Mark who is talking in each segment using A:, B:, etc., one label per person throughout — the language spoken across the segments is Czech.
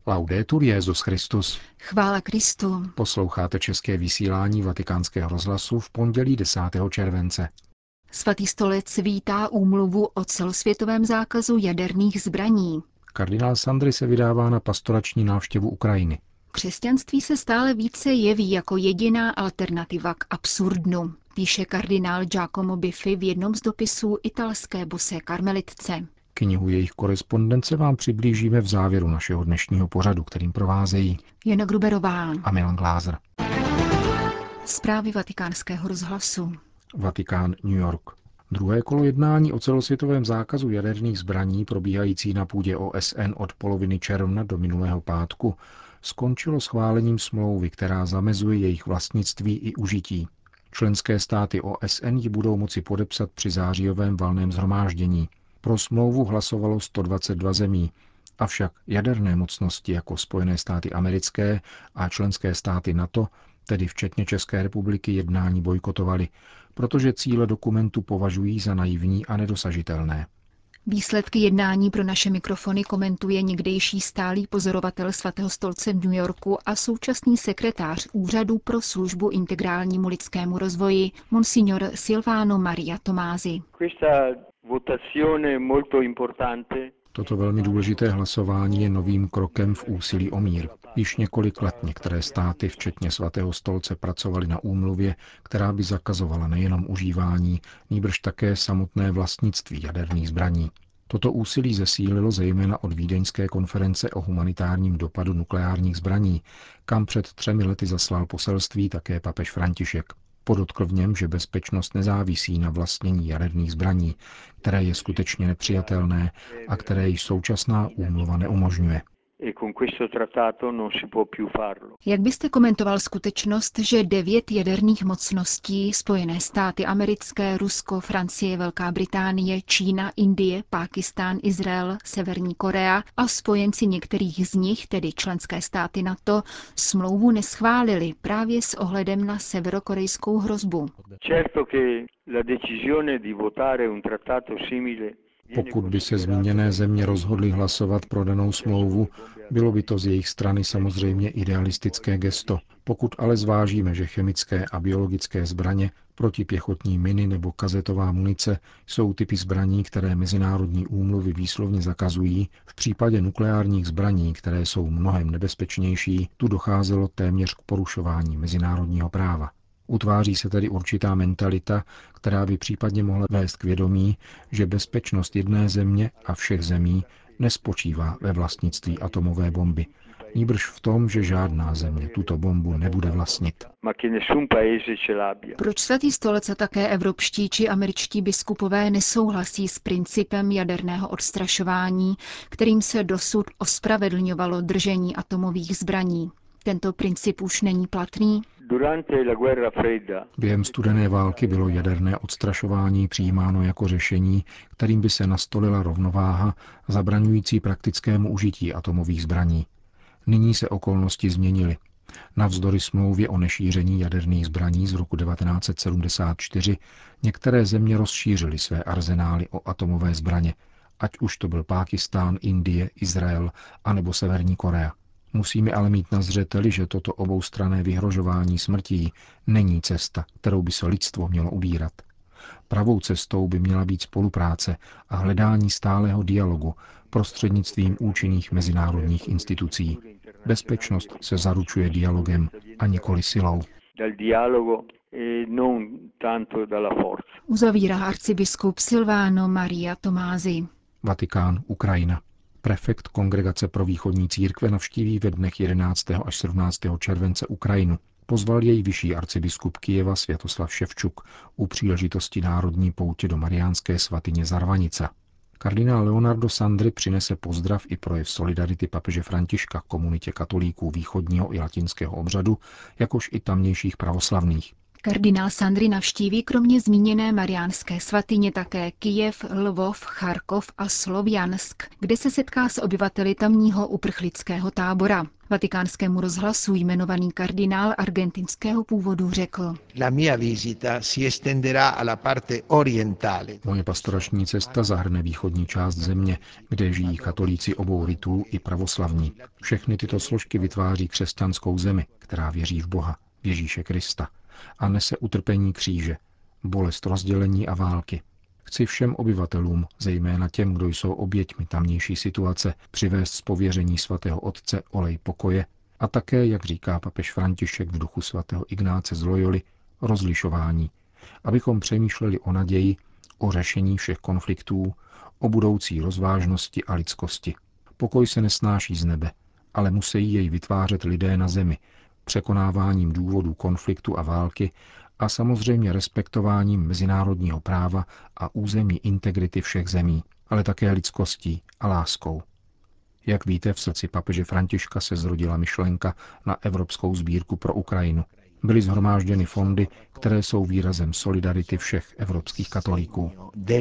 A: Laudetur Jesus Christus.
B: Chvála Kristu.
A: Posloucháte české vysílání Vatikánského rozhlasu v pondělí 10. července.
B: Svatý stolec vítá úmluvu o celosvětovém zákazu jaderných zbraní.
A: Kardinál Sandri se vydává na pastorační návštěvu Ukrajiny.
B: Křesťanství se stále více jeví jako jediná alternativa k absurdnu, píše kardinál Giacomo Biffi v jednom z dopisů italské bosé karmelitce.
A: Knihu jejich korespondence vám přiblížíme v závěru našeho dnešního pořadu, kterým provázejí
B: Jana Gruberová
A: a Milan Glázer.
B: Zprávy Vatikánského rozhlasu.
A: Vatikán, New York. Druhé kolo jednání o celosvětovém zákazu jaderných zbraní, probíhající na půdě OSN od poloviny června do minulého pátku, skončilo schválením smlouvy, která zamezuje jejich vlastnictví i užití. Členské státy OSN ji budou moci podepsat při zářijovém valném shromáždění. Pro smlouvu hlasovalo 122 zemí, avšak jaderné mocnosti jako Spojené státy americké a členské státy NATO, tedy včetně České republiky, jednání bojkotovaly, protože cíle dokumentu považují za naivní a nedosažitelné.
B: Výsledky jednání pro naše mikrofony komentuje někdejší stálý pozorovatel Svatého stolce v New Yorku a současný sekretář Úřadu pro službu integrálnímu lidskému rozvoji, monsignor Silvano Maria Tomasi.
A: Toto velmi důležité hlasování je novým krokem v úsilí o mír. Již několik let některé státy, včetně Svatého stolce, pracovaly na úmluvě, která by zakazovala nejenom užívání, nýbrž také samotné vlastnictví jaderných zbraní. Toto úsilí zesílilo zejména od vídeňské konference o humanitárním dopadu nukleárních zbraní, kam před 3 lety zaslal poselství také papež František. Podotkl v něm, že bezpečnost nezávisí na vlastnění jaderných zbraní, které je skutečně nepřijatelné a které již současná úmluva neumožňuje.
B: Jak byste komentoval skutečnost, že 9 jaderných mocností, Spojené státy americké, Rusko, Francie, Velká Británie, Čína, Indie, Pákistán, Izrael, Severní Korea a spojenci některých z nich, tedy členské státy NATO, smlouvu neschválili právě s ohledem na severokorejskou hrozbu?
A: Pokud by se zmíněné země rozhodly hlasovat pro danou smlouvu, bylo by to z jejich strany samozřejmě idealistické gesto. Pokud ale zvážíme, že chemické a biologické zbraně, protipěchotní miny nebo kazetová munice jsou typy zbraní, které mezinárodní úmluvy výslovně zakazují, v případě nukleárních zbraní, které jsou mnohem nebezpečnější, tu docházelo téměř k porušování mezinárodního práva. Utváří se tedy určitá mentalita, která by případně mohla vést k vědomí, že bezpečnost jedné země a všech zemí nespočívá ve vlastnictví atomové bomby, nýbrž v tom, že žádná země tuto bombu nebude vlastnit.
B: Proč Svatý stolec a také evropští či američtí biskupové nesouhlasí s principem jaderného odstrašování, kterým se dosud ospravedlňovalo držení atomových zbraní? Tento princip už není platný?
A: Během studené války bylo jaderné odstrašování přijímáno jako řešení, kterým by se nastolila rovnováha zabraňující praktickému užití atomových zbraní. Nyní se okolnosti změnily. Navzdory smlouvě o nešíření jaderných zbraní z roku 1974 některé země rozšířily své arzenály o atomové zbraně, ať už to byl Pákistán, Indie, Izrael anebo Severní Korea. Musíme ale mít na zřeteli, že toto oboustranné vyhrožování smrtí není cesta, kterou by se lidstvo mělo ubírat. Pravou cestou by měla být spolupráce a hledání stálého dialogu prostřednictvím účinných mezinárodních institucí. Bezpečnost se zaručuje dialogem a nikoli silou.
B: Uzavírá arcibiskup Silvano Maria Tomasi.
A: Vatikán, Ukrajina. Prefekt Kongregace pro východní církve navštíví ve dnech 11. až 17. července Ukrajinu. Pozval jej vyšší arcibiskup Kyjeva Světoslav Ševčuk u příležitosti národní poutě do mariánské svatyně Zarvanica. Kardinál Leonardo Sandri přinese pozdrav i projev solidarity papeže Františka komunitě katolíků východního i latinského obřadu, jakož i tamnějších pravoslavných.
B: Kardinál Sandri navštíví kromě zmíněné mariánské svatyně také Kyjev, Lvov, Charkov a Slovjansk, kde se setká s obyvateli tamního uprchlického tábora. Vatikánskému rozhlasu jmenovaný kardinál argentinského původu řekl:
A: Moje pastorační cesta zahrne východní část země, kde žijí katolíci obou ritů i pravoslavní. Všechny tyto složky vytváří křesťanskou zemi, která věří v Boha, v Ježíše Krista a nese utrpení kříže, bolest rozdělení a války. Chci všem obyvatelům, zejména těm, kdo jsou oběťmi tamnější situace, přivést z pověření svatého otce olej pokoje a také, jak říká papež František v duchu svatého Ignáce z Loyoli, rozlišování, abychom přemýšleli o naději, o řešení všech konfliktů, o budoucí rozvážnosti a lidskosti. Pokoj se nesnáší z nebe, ale musí jej vytvářet lidé na zemi, překonáváním důvodů konfliktu a války a samozřejmě respektováním mezinárodního práva a územní integrity všech zemí, ale také lidskostí a láskou. Jak víte, v srdci papeže Františka se zrodila myšlenka na Evropskou sbírku pro Ukrajinu. Byly shromážděny fondy, které jsou výrazem solidarity všech evropských katolíků.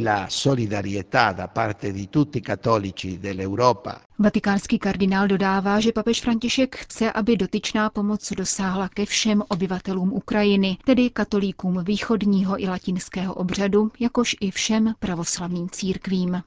B: Vatikánský kardinál dodává, že papež František chce, aby dotyčná pomoc dosáhla ke všem obyvatelům Ukrajiny, tedy katolíkům východního i latinského obřadu, jakož i všem pravoslavným církvím.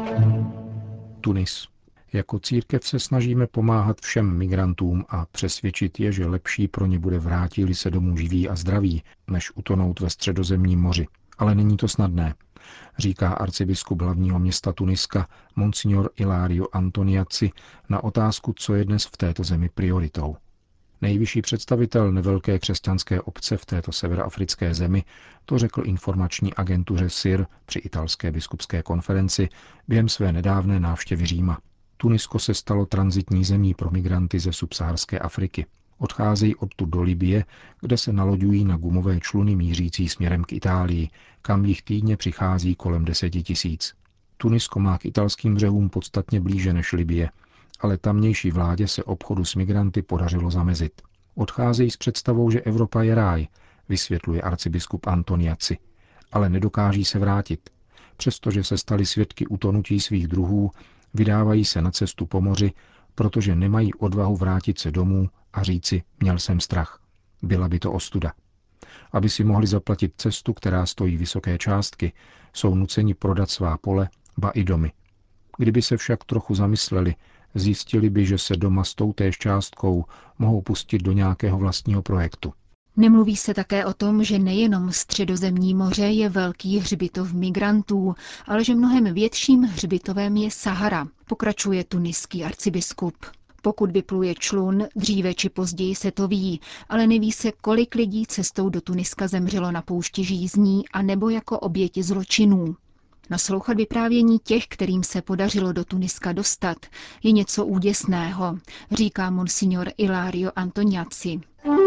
A: Tunis. Jako církev se snažíme pomáhat všem migrantům a přesvědčit je, že lepší pro ně bude vrátili se domů živí a zdraví, než utonout ve Středozemním moři. Ale není to snadné, říká arcibiskup hlavního města Tuniska Monsignor Ilario Antoniazzi na otázku, co je dnes v této zemi prioritou. Nejvyšší představitel nevelké křesťanské obce v této severoafrické zemi to řekl informační agentuře SIR při italské biskupské konferenci během své nedávné návštěvy Říma. Tunisko se stalo tranzitní zemí pro migranty ze subsaharské Afriky. Odcházejí odtud do Libye, kde se naloďují na gumové čluny mířící směrem k Itálii, kam jich týdně přichází kolem 10 000. Tunisko má k italským břehům podstatně blíže než Libye, ale tamnější vládě se obchodu s migranty podařilo zamezit. Odcházejí s představou, že Evropa je ráj, vysvětluje arcibiskup Antoniazzi, ale nedokáží se vrátit. Přestože se stali svědky utonutí svých druhů, vydávají se na cestu po moři, protože nemají odvahu vrátit se domů a říci, měl jsem strach. Byla by to ostuda. Aby si mohli zaplatit cestu, která stojí vysoké částky, jsou nuceni prodat svá pole, ba i domy. Kdyby se však trochu zamysleli, zjistili by, že se doma s toutéž částkou mohou pustit do nějakého vlastního projektu.
B: Nemluví se také o tom, že nejenom Středozemní moře je velký hřbitov migrantů, ale že mnohem větším hřbitovem je Sahara, pokračuje tuniský arcibiskup. Pokud vypluje člun, dříve či později se to ví, ale neví se, kolik lidí cestou do Tuniska zemřelo na poušti žízní a nebo jako oběti zločinů. Naslouchat vyprávění těch, kterým se podařilo do Tuniska dostat, je něco úděsného, říká monsignor Ilario Antoniazzi.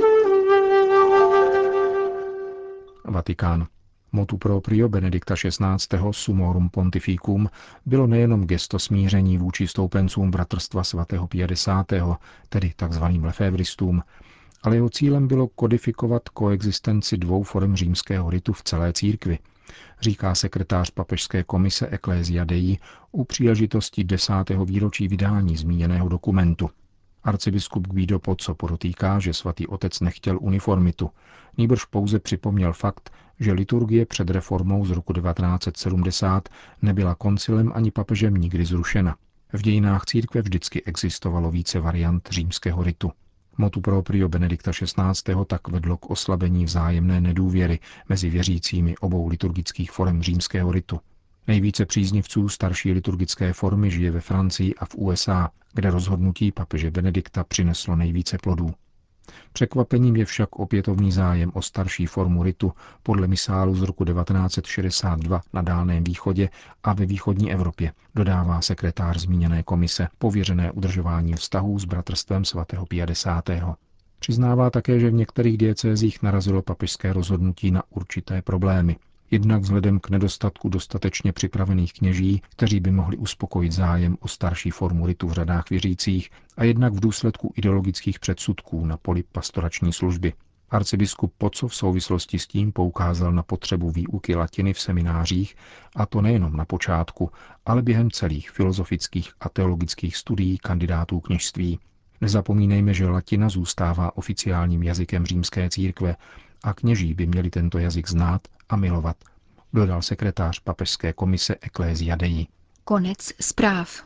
A: Vatikán. Motu proprio Benedikta XVI. Summorum Pontificum bylo nejenom gesto smíření vůči stoupencům bratrstva svatého Pia X., tedy tzv. Lefévristům, ale jeho cílem bylo kodifikovat koexistenci dvou forem římského ritu v celé církvi, říká sekretář papežské komise Ecclesia Dei u příležitosti 10. výročí vydání zmíněného dokumentu. Arcibiskup Guido Pozzo podotýká, že svatý otec nechtěl uniformitu, nýbrž pouze připomněl fakt, že liturgie před reformou z roku 1970 nebyla koncilem ani papežem nikdy zrušena. V dějinách církve vždycky existovalo více variant římského ritu. Motu proprio Benedikta XVI. Tak vedlo k oslabení vzájemné nedůvěry mezi věřícími obou liturgických forem římského ritu. Nejvíce příznivců starší liturgické formy žije ve Francii a v USA, kde rozhodnutí papeže Benedikta přineslo nejvíce plodů. Překvapením je však opětovný zájem o starší formu ritu podle misálu z roku 1962 na Dálném východě a ve východní Evropě, dodává sekretář zmíněné komise pověřené udržováním vztahů s bratrstvem svatého Pia X. Přiznává také, že v některých diecézích narazilo papežské rozhodnutí na určité problémy. Jednak vzhledem k nedostatku dostatečně připravených kněží, kteří by mohli uspokojit zájem o starší formu ritu v řadách věřících, a jednak v důsledku ideologických předsudků na poli pastorační služby. Arcibiskup Pozzo v souvislosti s tím poukázal na potřebu výuky latiny v seminářích, a to nejenom na počátku, ale během celých filozofických a teologických studií kandidátů kněžství. Nezapomínejme, že latina zůstává oficiálním jazykem římské církve a kněží by měli tento jazyk znát a milovat, dodal sekretář papežské komise Ecclesia Dei.
B: Konec zpráv.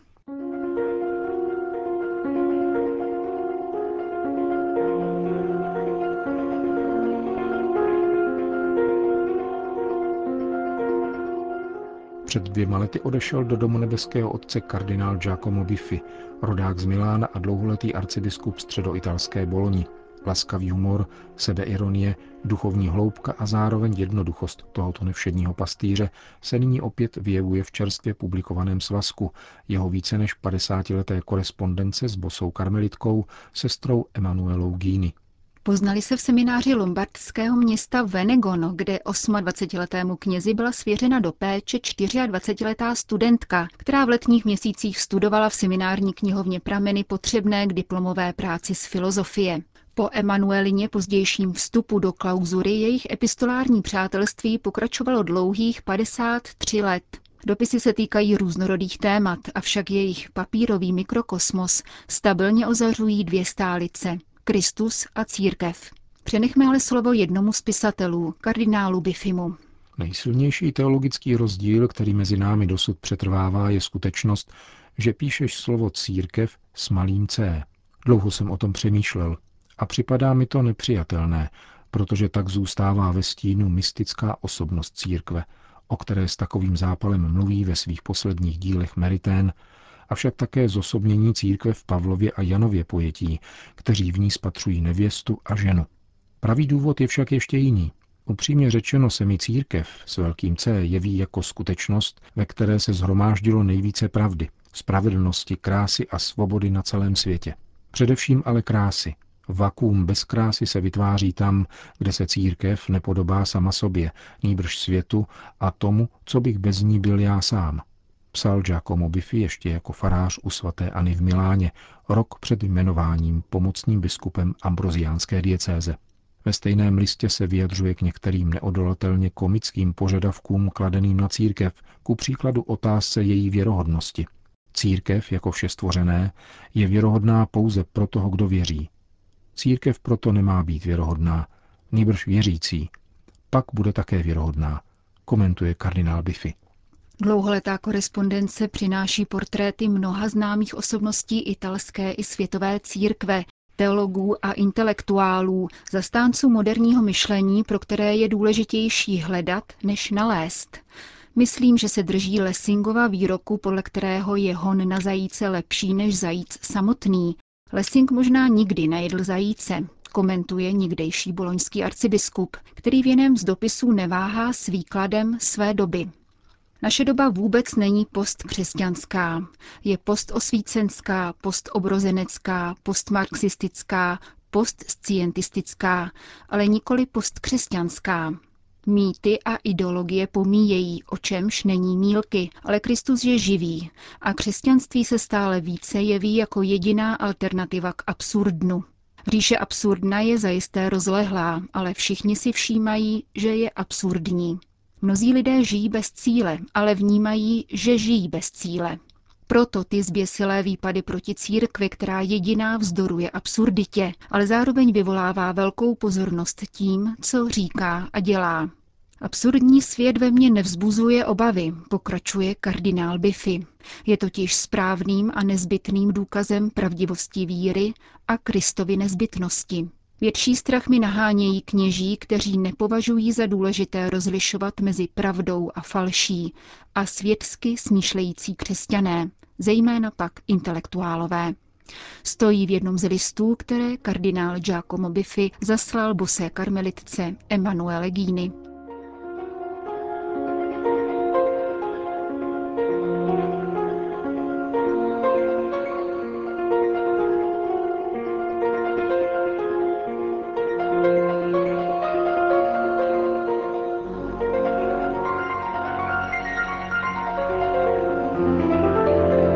A: Před 2 lety odešel do domu nebeského otce kardinál Giacomo Biffi, rodák z Milána a dlouholetý arcibiskup středoitalské Boloni. Laskavý humor, sebeironie, duchovní hloubka a zároveň jednoduchost tohoto nevšedního pastýře se nyní opět vyjevuje v čerstvě publikovaném svazku jeho více než 50leté korespondence s bosou karmelitkou, sestrou Emanuelou Gini.
B: Poznali se v semináři lombardského města Venegono, kde 28letému knězi byla svěřena do péče 24letá studentka, která v letních měsících studovala v seminární knihovně Prameny potřebné k diplomové práci z filozofie. Po Emanuelině pozdějším vstupu do klauzury jejich epistolární přátelství pokračovalo dlouhých 53 let. Dopisy se týkají různorodých témat, avšak jejich papírový mikrokosmos stabilně ozařují 2 stálice – Kristus a církev. Přenechme ale slovo jednomu z pisatelů, kardinálu Biffimu.
A: Nejsilnější teologický rozdíl, který mezi námi dosud přetrvává, je skutečnost, že píšeš slovo církev s malým c. Dlouho jsem o tom přemýšlel a připadá mi to nepřijatelné, protože tak zůstává ve stínu mystická osobnost církve, o které s takovým zápalem mluví ve svých posledních dílech Meritén, avšak také zosobnění církve v Pavlově a Janově pojetí, kteří v ní spatřují nevěstu a ženu. Pravý důvod je však ještě jiný. Upřímně řečeno se mi církev s velkým C jeví jako skutečnost, ve které se shromáždilo nejvíce pravdy, spravedlnosti, krásy a svobody na celém světě. Především ale krásy. Vakuum bez krásy se vytváří tam, kde se církev nepodobá sama sobě, nýbrž světu a tomu, co bych bez ní byl já sám. Psal Giacomo Biffi ještě jako farář u svaté Anny v Miláně, rok před jmenováním pomocným biskupem ambroziánské diecéze. Ve stejném listě se vyjadřuje k některým neodolatelně komickým požadavkům kladeným na církev, ku příkladu otázce její věrohodnosti. Církev, jako vše stvořené, je věrohodná pouze pro toho, kdo věří. Církev proto nemá být věrohodná, nýbrž věřící. Pak bude také věrohodná, komentuje kardinál Biffi.
B: Dlouholetá korespondence přináší portréty mnoha známých osobností italské i světové církve, teologů a intelektuálů, zastánců moderního myšlení, pro které je důležitější hledat, než nalézt. Myslím, že se drží Lessingova výroku, podle kterého je hon na zajíce lepší než zajíc samotný. Lessing možná nikdy nejedl zajíce, komentuje někdejší boloňský arcibiskup, který v jiném z dopisů neváhá s výkladem své doby. Naše doba vůbec není postkřesťanská. Je postosvícenská, postobrozenecká, postmarxistická, postscientistická, ale nikoli postkřesťanská. Mýty a ideologie pomíjejí, o čemž není mýlky, ale Kristus je živý a křesťanství se stále více jeví jako jediná alternativa k absurdnu. Říše absurdna je zajisté rozlehlá, ale všichni si všímají, že je absurdní. Mnozí lidé žijí bez cíle, ale vnímají, že žijí bez cíle. Proto ty zběsilé výpady proti církvi, která jediná vzdoruje absurditě, ale zároveň vyvolává velkou pozornost tím, co říká a dělá. Absurdní svět ve mně nevzbuzuje obavy, pokračuje kardinál Biffi. Je totiž správným a nezbytným důkazem pravdivosti víry a Kristovy nezbytnosti. Větší strach mi nahánějí kněží, kteří nepovažují za důležité rozlišovat mezi pravdou a falší, a světsky smýšlející křesťané, zejména pak intelektuálové. Stojí v jednom z listů, které kardinál Giacomo Biffi zaslal bosé karmelitce Emanuele Gini.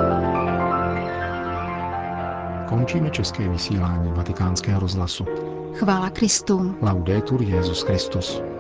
A: Končíme české vysílání Vatikánského rozhlasu.
B: Chvála Kristu.
A: Laudetur Jesus Christus.